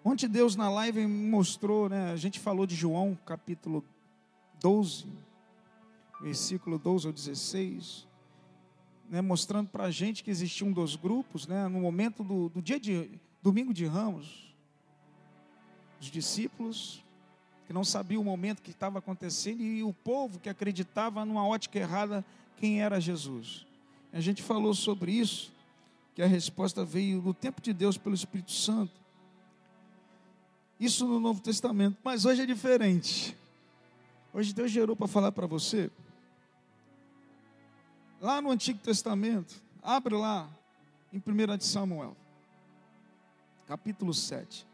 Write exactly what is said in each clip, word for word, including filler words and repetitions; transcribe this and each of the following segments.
Ontem Deus na live me mostrou, né? A gente falou de João capítulo doze, versículo doze ao dezesseis, né? Mostrando para a gente que existiam dois grupos, né? No momento do, do dia de domingo de Ramos, os discípulos que não sabiam o momento que estava acontecendo e o povo que acreditava numa ótica errada quem era Jesus. A gente falou sobre isso, que a resposta veio no tempo de Deus pelo Espírito Santo. Isso no Novo Testamento, mas hoje é diferente. Hoje Deus gerou para falar para você. Lá no Antigo Testamento, abre lá em primeira de Samuel, capítulo sete.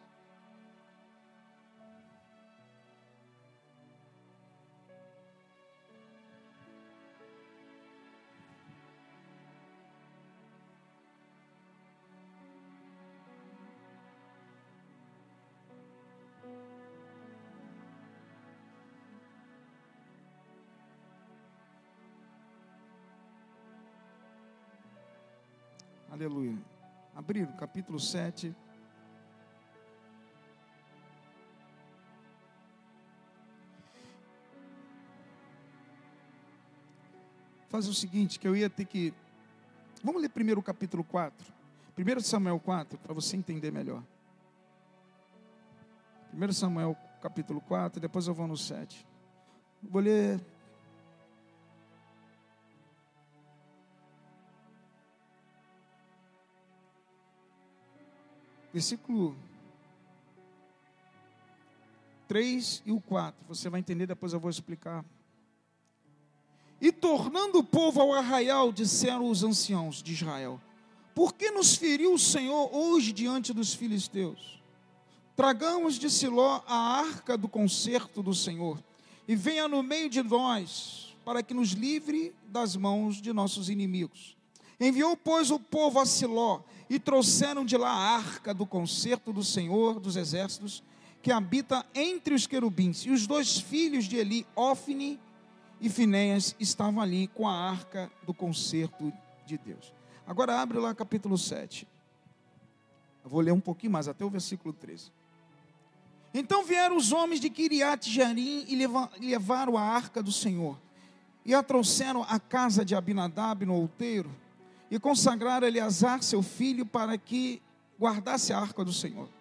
Aleluia. Abriram, capítulo sete. Faz o seguinte, que eu ia ter que... Vamos ler primeiro o capítulo quatro. primeiro Samuel quatro, para você entender melhor. primeiro Samuel capítulo quatro, depois eu vou no sete. Vou ler... Versículo três e o quatro, você vai entender, depois eu vou explicar. E tornando o povo ao arraial, disseram os anciãos de Israel: por que nos feriu o Senhor hoje diante dos filisteus? Tragamos de Siló a arca do concerto do Senhor, e venha no meio de nós, para que nos livre das mãos de nossos inimigos. Enviou, pois, o povo a Siló, e trouxeram de lá a arca do concerto do Senhor dos exércitos, que habita entre os querubins. E os dois filhos de Eli, Ofni e Finéias, estavam ali com a arca do concerto de Deus. Agora abre lá capítulo sete. Eu vou ler um pouquinho mais, até o versículo treze. Então vieram os homens de Quiriate-Jearim e levaram a arca do Senhor, e a trouxeram à casa de Abinadab no outeiro, e consagraram Eleazar, seu filho, para que guardasse a arca do Senhor.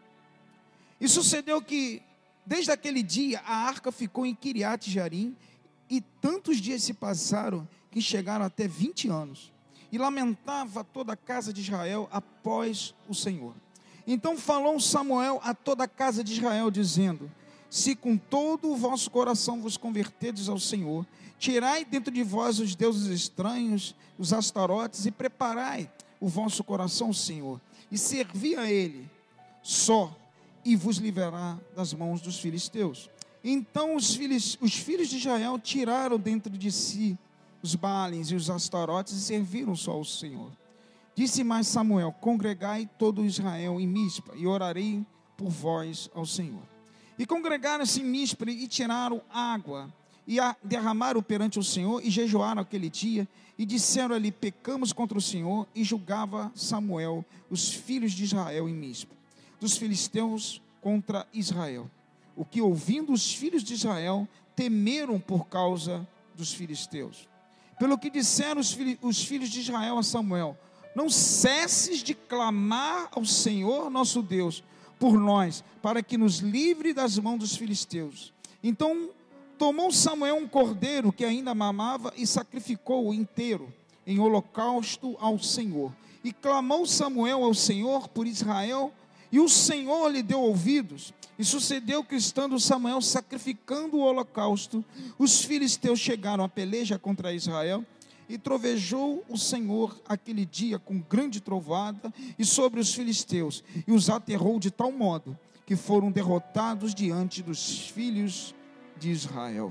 E sucedeu que, desde aquele dia, a arca ficou em Quiriate-Jearim, e tantos dias se passaram, que chegaram até vinte anos. E lamentava toda a casa de Israel após o Senhor. Então falou Samuel a toda a casa de Israel, dizendo: se com todo o vosso coração vos converterdes ao Senhor, tirai dentro de vós os deuses estranhos, os astarotes, e preparai o vosso coração ao Senhor, e servi a Ele só, e vos livrará das mãos dos filisteus. Então os filhos, os filhos de Israel tiraram dentro de si os Baalins e os astarotes, e serviram só ao Senhor. Disse mais Samuel: congregai todo Israel em Mispa, e orarei por vós ao Senhor. E congregaram-se em Mispa, e tiraram água, e a derramaram perante o Senhor, e jejuaram aquele dia, e disseram ali: pecamos contra o Senhor. E julgava Samuel os filhos de Israel em Mispa, dos filisteus contra Israel. O que, ouvindo os filhos de Israel, temeram por causa dos filisteus. Pelo que disseram os filhos, os filhos de Israel a Samuel: não cesses de clamar ao Senhor nosso Deus por nós, para que nos livre das mãos dos filisteus. Então tomou Samuel um cordeiro que ainda mamava, e sacrificou-o inteiro em holocausto ao Senhor. E clamou Samuel ao Senhor por Israel, e o Senhor lhe deu ouvidos. E sucedeu que, estando Samuel sacrificando o holocausto, os filisteus chegaram à peleja contra Israel, e trovejou o Senhor aquele dia com grande trovada e sobre os filisteus, e os aterrou de tal modo que foram derrotados diante dos filhos de Israel.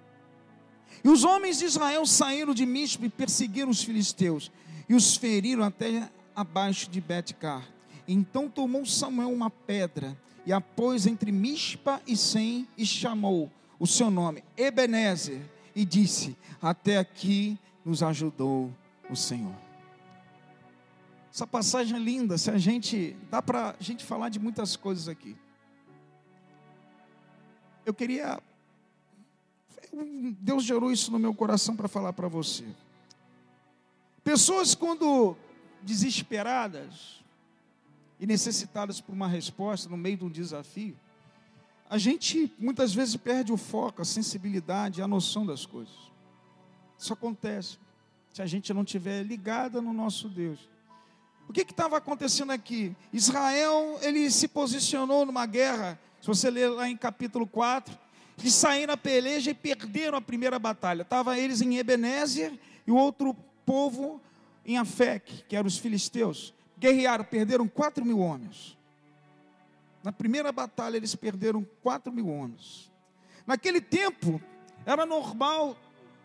E os homens de Israel saíram de Mispa e perseguiram os filisteus, e os feriram até abaixo de Bet-car. Então tomou Samuel uma pedra, e a pôs entre Mispa e Sem, e chamou o seu nome Ebenezer, e disse: até aqui nos ajudou o Senhor. Essa passagem é linda. Se a gente, dá para a gente falar de muitas coisas aqui. eu queria, Deus gerou isso no meu coração para falar para você. Pessoas quando desesperadas e necessitadas por uma resposta no meio de um desafio, a gente muitas vezes perde o foco, a sensibilidade, a noção das coisas. Isso acontece se a gente não estiver ligada no nosso Deus. O que estava acontecendo aqui? Israel, ele se posicionou numa guerra. Se você ler lá em capítulo quatro, eles saíram a peleja e perderam a primeira batalha. Estavam eles em Ebenezer e o outro povo em Afec, que eram os filisteus. Guerrearam, perderam quatro mil homens. Na primeira batalha eles perderam quatro mil homens. Naquele tempo, era normal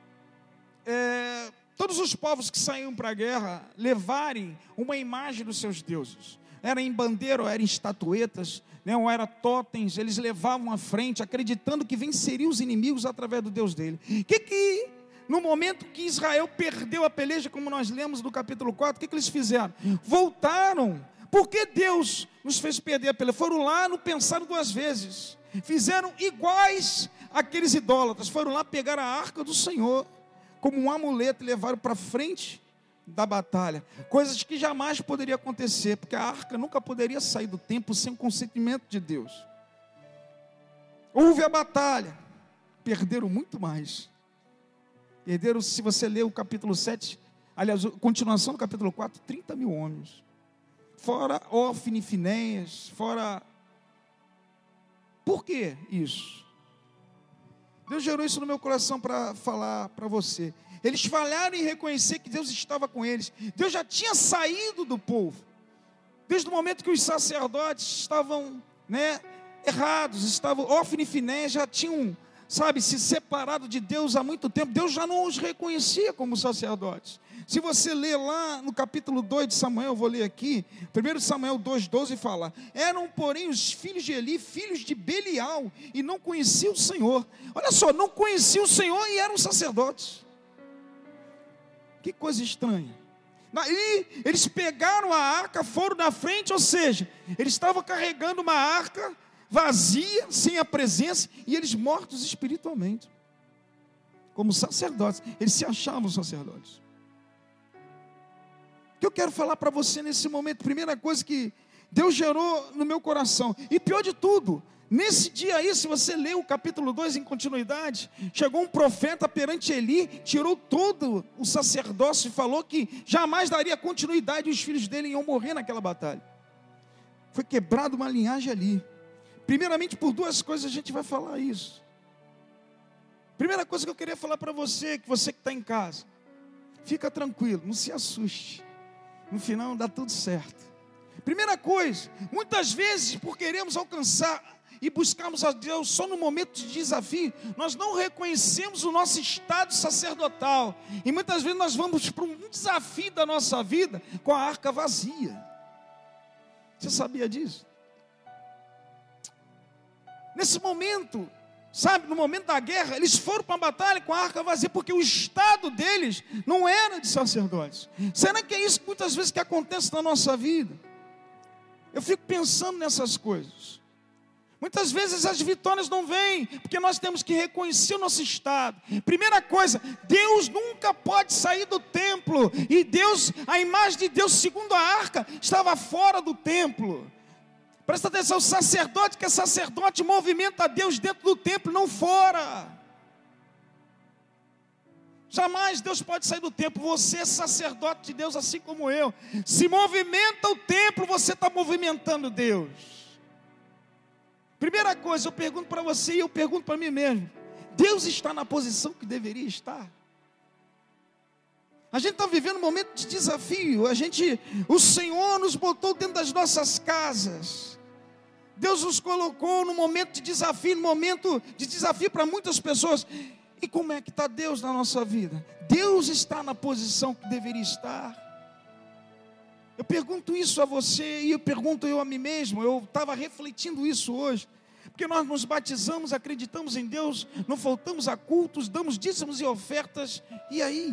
é, todos os povos que saíam para a guerra levarem uma imagem dos seus deuses. Era em bandeira, ou era em estatuetas, né, ou era totens, eles levavam à frente, acreditando que venceriam os inimigos através do Deus dele. O que que, no momento que Israel perdeu a peleja, como nós lemos no capítulo quatro, o que que eles fizeram? Voltaram. Por que Deus nos fez perder a peleja? Foram lá, não pensaram duas vezes. Fizeram iguais àqueles idólatras. Foram lá pegar a arca do Senhor como um amuleto e levaram para frente da batalha. Coisas que jamais poderia acontecer, porque a arca nunca poderia sair do templo sem o consentimento de Deus. Houve a batalha. Perderam muito mais. Perderam, se você ler o capítulo sete, aliás, a continuação do capítulo quatro, trinta mil homens. Fora Ofni e Finéias, fora... Por que isso? Deus gerou isso no meu coração para falar para você. Eles falharam em reconhecer que Deus estava com eles. Deus já tinha saído do povo. Desde o momento que os sacerdotes estavam, né, errados, estavam, Ofni e Finéias já tinham, sabe, se separado de Deus há muito tempo. Deus já não os reconhecia como sacerdotes. Se você ler lá no capítulo dois de Samuel, eu vou ler aqui, primeiro Samuel dois, doze fala: eram porém os filhos de Eli, filhos de Belial, e não conheciam o Senhor. Olha só, não conheciam o Senhor e eram sacerdotes. Que coisa estranha. Aí eles pegaram a arca, foram na frente, ou seja, eles estavam carregando uma arca vazia, sem a presença, e eles mortos espiritualmente, como sacerdotes. Eles se achavam sacerdotes. O que eu quero falar para você nesse momento, primeira coisa que Deus gerou no meu coração, e pior de tudo, nesse dia aí, se você ler o capítulo dois em continuidade, chegou um profeta perante Eli, tirou todo o sacerdócio e falou que jamais daria continuidade e os filhos dele iam morrer naquela batalha. Foi quebrada uma linhagem ali. Primeiramente, por duas coisas a gente vai falar isso. Primeira coisa que eu queria falar para você, que você que está em casa, fica tranquilo, não se assuste. No final dá tudo certo. Primeira coisa, muitas vezes por queremos alcançar e buscarmos a Deus só no momento de desafio, nós não reconhecemos o nosso estado sacerdotal. E muitas vezes nós vamos para um desafio da nossa vida com a arca vazia. Você sabia disso? Nesse momento, sabe, no momento da guerra, eles foram para a batalha com a arca vazia, porque o estado deles não era de sacerdotes. Será que é isso muitas vezes que acontece na nossa vida? Eu fico pensando nessas coisas. Muitas vezes as vitórias não vêm, porque nós temos que reconhecer o nosso estado. Primeira coisa, Deus nunca pode sair do templo, e Deus, a imagem de Deus segundo a arca, estava fora do templo. Presta atenção, o sacerdote que é sacerdote movimenta a Deus dentro do templo, não fora. Jamais Deus pode sair do templo. Você é sacerdote de Deus assim como eu. Se movimenta o templo, você está movimentando Deus. Primeira coisa, eu pergunto para você e eu pergunto para mim mesmo: Deus está na posição que deveria estar? A gente está vivendo um momento de desafio. A gente, o Senhor nos botou dentro das nossas casas. Deus nos colocou num momento de desafio, num momento de desafio para muitas pessoas. E como é que está Deus na nossa vida? Deus está na posição que deveria estar? Eu pergunto isso a você e eu pergunto eu a mim mesmo. Eu estava refletindo isso hoje. Porque nós nos batizamos, acreditamos em Deus, não faltamos a cultos, damos dízimos e ofertas. E aí?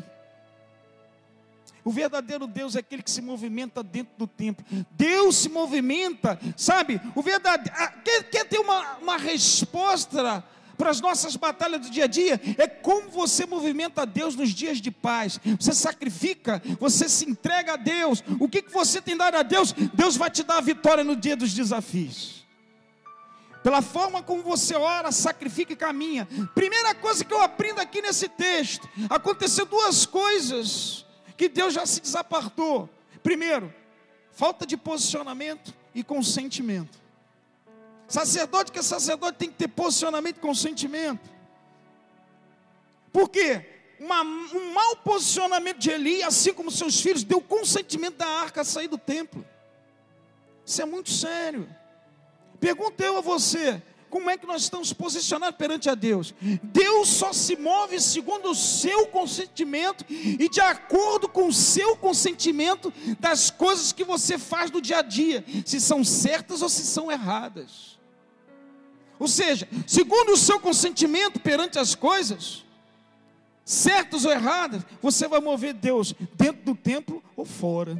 O verdadeiro Deus é aquele que se movimenta dentro do templo. Deus se movimenta, sabe? O verdadeiro, quer, quer ter uma, uma resposta para as nossas batalhas do dia a dia, é como você movimenta Deus nos dias de paz. Você sacrifica, você se entrega a Deus. O que, que você tem dado a Deus? Deus vai te dar a vitória no dia dos desafios. Pela forma como você ora, sacrifica e caminha. Primeira coisa que eu aprendo aqui nesse texto, aconteceu duas coisas que Deus já se desapartou. Primeiro, falta de posicionamento e consentimento. Sacerdote que é sacerdote tem que ter posicionamento e consentimento. Por quê? Uma, um mau posicionamento de Eli, assim como seus filhos, deu consentimento da arca a sair do templo. Isso é muito sério. Pergunto eu a você, como é que nós estamos posicionados perante a Deus? Deus só se move segundo o seu consentimento e de acordo com o seu consentimento das coisas que você faz no dia a dia, se são certas ou se são erradas. Ou seja, segundo o seu consentimento perante as coisas, certas ou erradas, você vai mover Deus dentro do templo ou fora.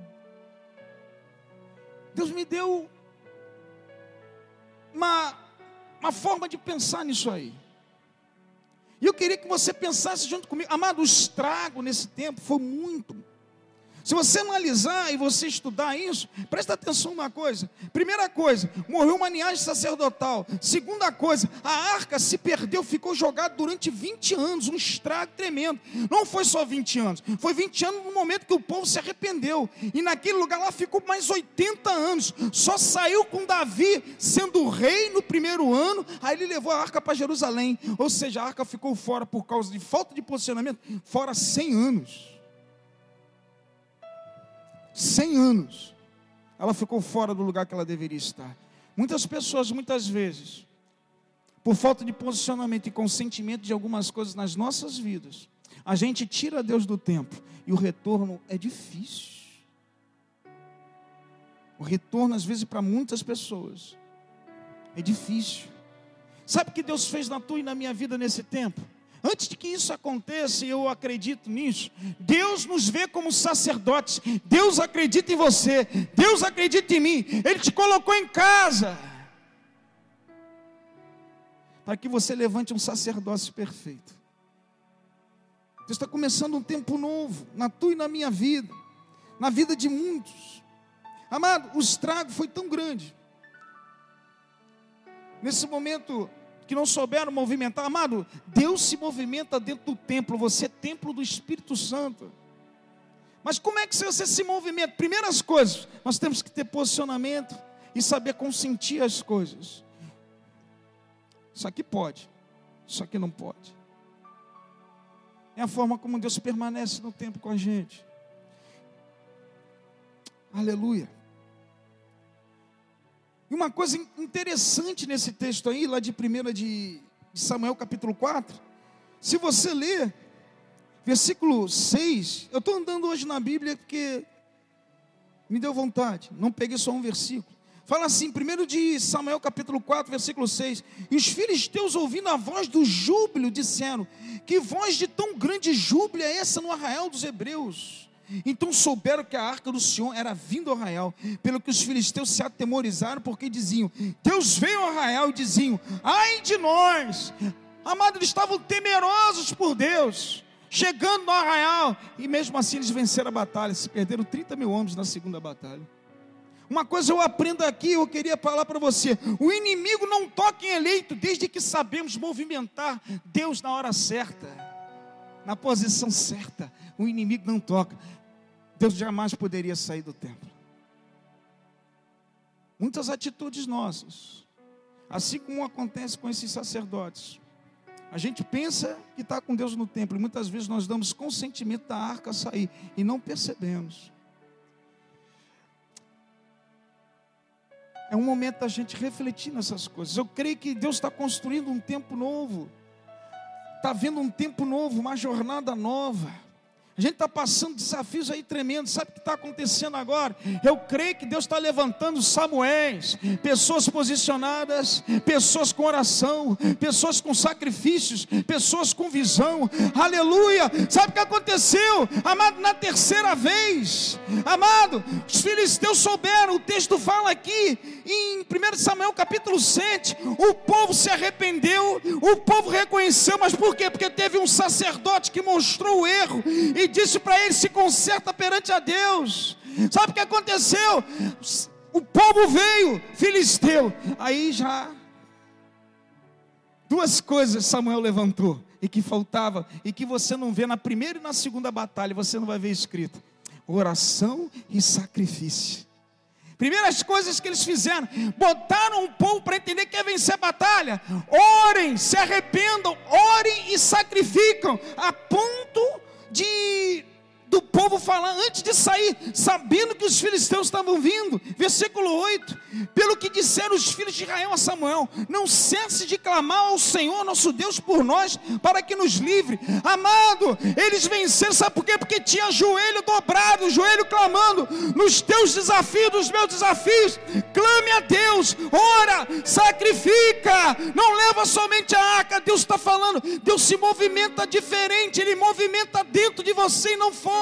Deus me deu uma, uma forma de pensar nisso aí. E eu queria que você pensasse junto comigo. Amado, o estrago nesse tempo foi muito. Se você analisar e você estudar isso, presta atenção numa coisa. Primeira coisa, morreu uma linhagem sacerdotal. Segunda coisa, a arca se perdeu, ficou jogada durante vinte anos, um estrago tremendo. Não foi só vinte anos, foi vinte anos no momento que o povo se arrependeu. E naquele lugar lá ficou mais oitenta anos. Só saiu com Davi sendo rei no primeiro ano, aí ele levou a arca para Jerusalém. Ou seja, a arca ficou fora por causa de falta de posicionamento, fora cem anos. Cem anos, ela ficou fora do lugar que ela deveria estar. Muitas pessoas, muitas vezes, por falta de posicionamento e consentimento de algumas coisas nas nossas vidas, a gente tira Deus do templo e o retorno é difícil. O retorno, às vezes, para muitas pessoas, é difícil. Sabe o que Deus fez na tua e na minha vida nesse tempo? Antes de que isso aconteça, e eu acredito nisso, Deus nos vê como sacerdotes. Deus acredita em você, Deus acredita em mim. Ele te colocou em casa para que você levante um sacerdócio perfeito. Deus está começando um tempo novo na tua e na minha vida, na vida de muitos. Amado, o estrago foi tão grande. Nesse momento que não souberam movimentar. Amado, Deus se movimenta dentro do templo. Você é templo do Espírito Santo. Mas como é que você se movimenta? Primeiras coisas, nós temos que ter posicionamento e saber consentir as coisas. Isso aqui pode, isso aqui não pode. É a forma como Deus permanece no tempo com a gente. Aleluia. E uma coisa interessante nesse texto aí, lá de primeira de Samuel capítulo quatro, se você ler, versículo seis, eu estou andando hoje na Bíblia porque me deu vontade, não peguei só um versículo. Fala assim, primeiro de Samuel capítulo quatro, versículo seis, e os filisteus ouvindo a voz do júbilo, disseram, que voz de tão grande júbilo é essa no arraial dos hebreus? Então souberam que a arca do Senhor era vindo ao arraial, pelo que os filisteus se atemorizaram, porque diziam, Deus veio ao arraial, e diziam, ai de nós. Amados, eles estavam temerosos por Deus, chegando no arraial, e mesmo assim eles venceram a batalha, se perderam trinta mil homens na segunda batalha. Uma coisa eu aprendo aqui, eu queria falar para você, o inimigo não toca em eleito, desde que sabemos movimentar Deus na hora certa, na posição certa, o inimigo não toca. Deus jamais poderia sair do templo. Muitas atitudes nossas, assim como acontece com esses sacerdotes, a gente pensa que está com Deus no templo, e muitas vezes nós damos consentimento da arca a sair, e não percebemos. É um momento da gente refletir nessas coisas. Eu creio que Deus está construindo um tempo novo, está vendo um tempo novo, uma jornada nova. A gente está passando desafios aí tremendos. Sabe o que está acontecendo agora? Eu creio que Deus está levantando Samuéis, pessoas posicionadas, pessoas com oração, pessoas com sacrifícios, pessoas com visão. Aleluia! Sabe o que aconteceu? Amado, na terceira vez, amado, os filisteus souberam. O texto fala aqui em primeiro Samuel capítulo sete, o povo se arrependeu, o povo reconheceu. Mas por quê? Porque teve um sacerdote que mostrou o erro e disse para ele: se conserta perante a Deus. Sabe o que aconteceu? O povo veio, filisteu. Aí já duas coisas Samuel levantou, e que faltava, e que você não vê na primeira e na segunda batalha, você não vai ver escrito: oração e sacrifício. Primeiras coisas que eles fizeram, botaram o povo para entender que é vencer a batalha. Orem, se arrependam, orem e sacrificam, a ponto de do povo falar antes de sair, sabendo que os filisteus estavam vindo. Versículo oito: pelo que disseram os filhos de Israel a Samuel: não cesse de clamar ao Senhor nosso Deus por nós, para que nos livre. Amado, eles venceram, sabe por quê? Porque tinha joelho dobrado, joelho clamando. Nos teus desafios, nos meus desafios, clame a Deus, ora, sacrifica, não leva somente a arca. Deus está falando, Deus se movimenta diferente, Ele movimenta dentro de você e não fora.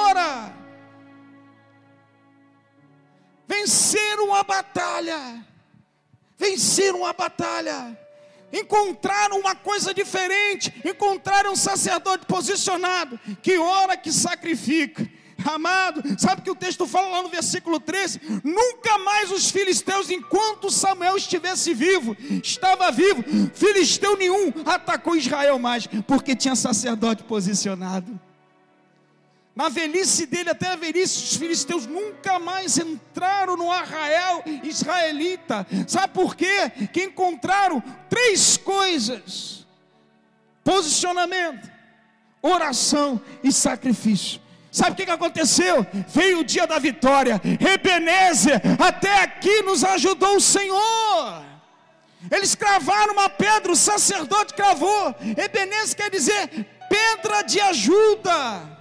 Venceram a batalha, venceram a batalha, encontraram uma coisa diferente, encontraram um sacerdote posicionado, que ora, que sacrifica. Amado, sabe o que o texto fala lá no versículo treze? Nunca mais os filisteus, enquanto Samuel estivesse vivo, estava vivo, filisteu nenhum atacou Israel mais, porque tinha sacerdote posicionado. Na velhice dele, até a velhice, os filisteus nunca mais entraram no arraial israelita. Sabe por quê? Que encontraram três coisas: posicionamento, oração e sacrifício. Sabe o que aconteceu? Veio o dia da vitória. Ebenezer, até aqui nos ajudou o Senhor. Eles cravaram uma pedra, o sacerdote cravou. Ebenezer quer dizer pedra de ajuda.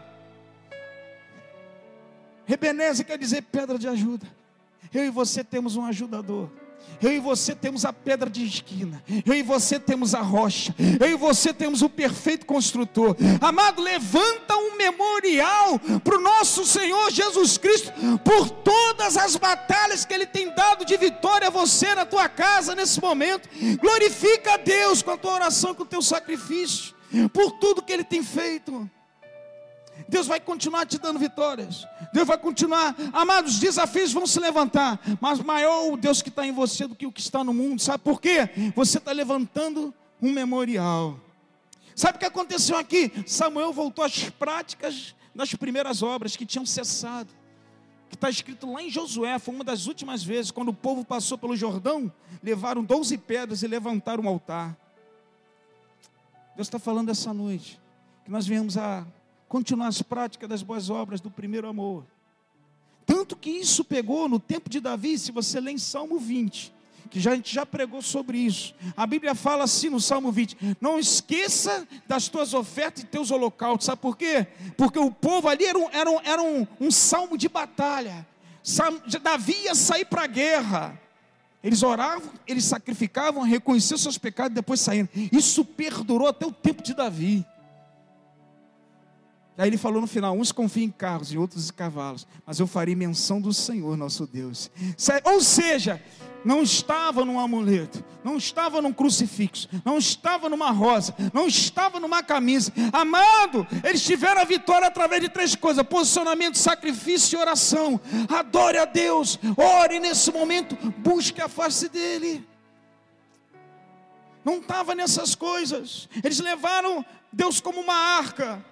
Ebenezer quer dizer pedra de ajuda. Eu e você temos um ajudador. Eu e você temos a pedra de esquina. Eu e você temos a rocha. Eu e você temos o perfeito construtor. Amado, levanta um memorial para o nosso Senhor Jesus Cristo, por todas as batalhas que Ele tem dado de vitória a você, na tua casa, nesse momento. Glorifica a Deus com a tua oração, com o teu sacrifício, por tudo que Ele tem feito. Deus vai continuar te dando vitórias. Deus vai continuar. Amados, os desafios vão se levantar, mas maior o Deus que está em você do que o que está no mundo. Sabe por quê? Você está levantando um memorial. Sabe o que aconteceu aqui? Samuel voltou às práticas das primeiras obras que tinham cessado, que está escrito lá em Josué. Foi uma das últimas vezes, quando o povo passou pelo Jordão, levaram doze pedras e levantaram um altar. Deus está falando essa noite que nós viemos a continuar as práticas das boas obras do primeiro amor. Tanto que isso pegou no tempo de Davi. Se você lê em Salmo vinte, que já, a gente já pregou sobre isso, a Bíblia fala assim no Salmo vinte: não esqueça das tuas ofertas e teus holocaustos. Sabe por quê? Porque o povo ali era um, era um, era um, um salmo de batalha. Davi ia sair para a guerra. Eles oravam, eles sacrificavam, reconheciam seus pecados e depois saíram. Isso perdurou até o tempo de Davi. Aí ele falou no final: uns confiam em carros e outros em cavalos, mas eu farei menção do Senhor nosso Deus. Ou seja, não estava num amuleto, não estava num crucifixo, não estava numa rosa, não estava numa camisa. Amado, eles tiveram a vitória através de três coisas: posicionamento, sacrifício e oração. Adore a Deus, ore nesse momento, busque a face dEle. Não estava nessas coisas. Eles levaram Deus como uma arca.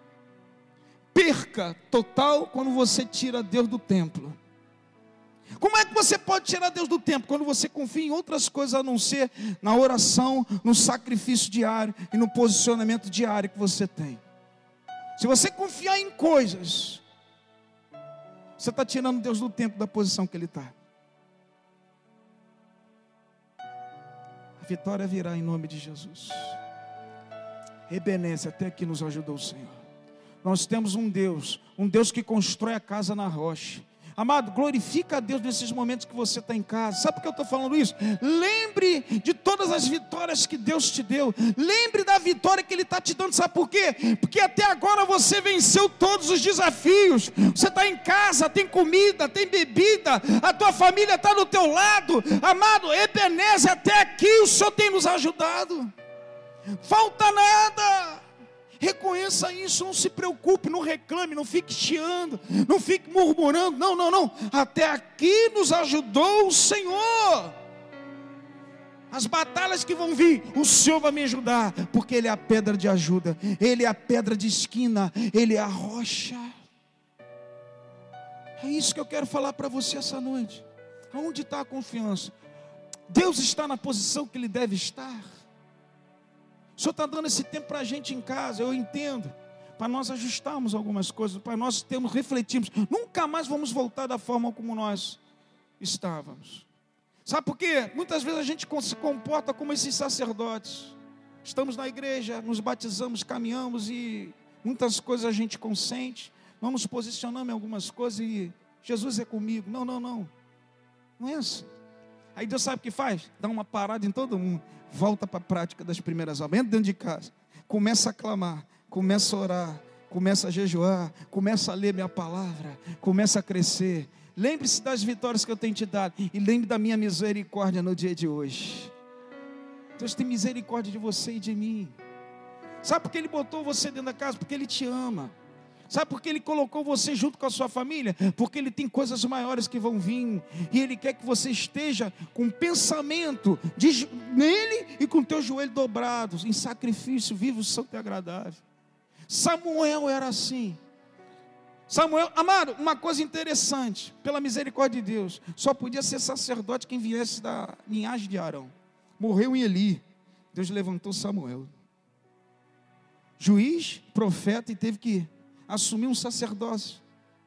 Perca total quando você tira Deus do templo. Como é que você pode tirar Deus do templo? Quando você confia em outras coisas a não ser na oração, no sacrifício diário e no posicionamento diário que você tem. Se você confiar em coisas, você está tirando Deus do templo, da posição que Ele está. A vitória virá em nome de Jesus. Ebenezer, até aqui nos ajudou o Senhor. Nós temos um Deus, um Deus que constrói a casa na rocha. Amado, glorifica a Deus nesses momentos que você está em casa. Sabe por que eu estou falando isso? Lembre de todas as vitórias que Deus te deu. Lembre da vitória que Ele está te dando. Sabe por quê? Porque até agora você venceu todos os desafios. Você está em casa, tem comida, tem bebida, a tua família está do teu lado. Amado, Ebenezer, até aqui o Senhor tem nos ajudado. Falta nada. Reconheça isso, não se preocupe, não reclame, não fique chiando, não fique murmurando. Não, não, não. Até aqui nos ajudou o Senhor. As batalhas que vão vir, o Senhor vai me ajudar, porque Ele é a pedra de ajuda, Ele é a pedra de esquina, Ele é a rocha. É isso que eu quero falar para você essa noite. Aonde está a confiança? Deus está na posição que Ele deve estar. O Senhor está dando esse tempo para a gente em casa, eu entendo, para nós ajustarmos algumas coisas, para nós termos, refletirmos. Nunca mais vamos voltar da forma como nós estávamos. Sabe por quê? Muitas vezes a gente se comporta como esses sacerdotes. Estamos na igreja, nos batizamos, caminhamos e muitas coisas a gente consente, não nos posicionamos em algumas coisas e Jesus é comigo. Não, não, não. Não é assim. Aí Deus sabe o que faz? Dá uma parada em todo mundo. Volta para a prática das primeiras obras. Entra dentro de casa. Começa a clamar. Começa a orar. Começa a jejuar. Começa a ler minha palavra. Começa a crescer. Lembre-se das vitórias que eu tenho te dado. E lembre da minha misericórdia no dia de hoje. Deus tem misericórdia de você e de mim. Sabe por que Ele botou você dentro da casa? Porque Ele te ama. Sabe por que Ele colocou você junto com a sua família? Porque Ele tem coisas maiores que vão vir. E Ele quer que você esteja com pensamento de, nele e com teu joelho dobrados, em sacrifício vivo, santo e agradável. Samuel era assim. Samuel, amado, uma coisa interessante, pela misericórdia de Deus, só podia ser sacerdote quem viesse da linhagem de Arão. Morreu em Eli. Deus levantou Samuel. Juiz, profeta, e teve que assumir um sacerdócio.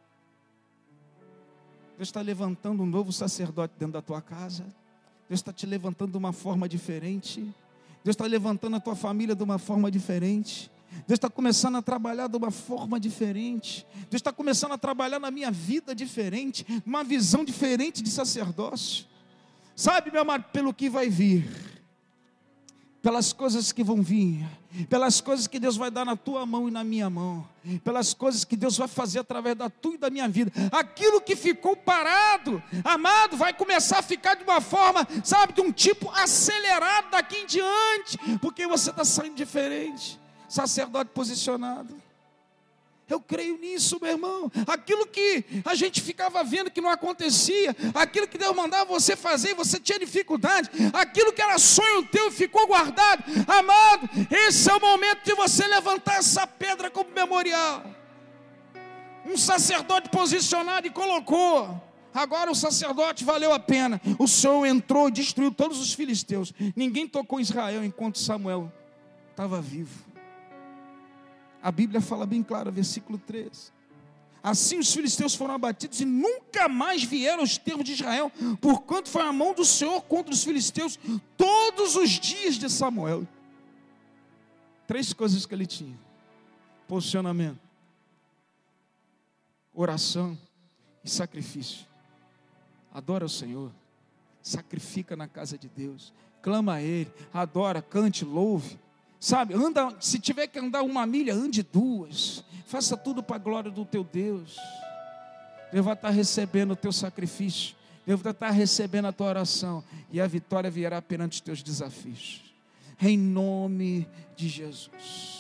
Deus está levantando um novo sacerdote dentro da tua casa. Deus está te levantando de uma forma diferente. Deus está levantando a tua família de uma forma diferente. Deus está começando a trabalhar de uma forma diferente. Deus está começando a trabalhar na minha vida diferente, uma visão diferente de sacerdócio. Sabe, meu amado, pelo que vai vir, pelas coisas que vão vir, pelas coisas que Deus vai dar na tua mão e na minha mão, pelas coisas que Deus vai fazer através da tua e da minha vida, aquilo que ficou parado, amado, vai começar a ficar de uma forma, sabe, de um tipo acelerado daqui em diante, porque você está saindo diferente. Sacerdote posicionado. Eu creio nisso, meu irmão. Aquilo que a gente ficava vendo que não acontecia, aquilo que Deus mandava você fazer e você tinha dificuldade, aquilo que era sonho teu e ficou guardado, amado, esse é o momento de você levantar essa pedra como memorial. Um sacerdote posicionado e colocou. Agora o sacerdote valeu a pena. O Senhor entrou e destruiu todos os filisteus. Ninguém tocou em Israel enquanto Samuel estava vivo. A Bíblia fala bem claro, versículo treze. Assim os filisteus foram abatidos e nunca mais vieram aos termos de Israel, porquanto foi a mão do Senhor contra os filisteus todos os dias de Samuel. Três coisas que ele tinha: posicionamento, oração e sacrifício. Adora o Senhor, sacrifica na casa de Deus, clama a Ele, adora, cante, louve. Sabe, anda, se tiver que andar uma milha, ande duas. Faça tudo para a glória do teu Deus. Deus vai estar recebendo o teu sacrifício. Deus vai estar recebendo a tua oração. E a vitória virá perante os teus desafios. Em nome de Jesus.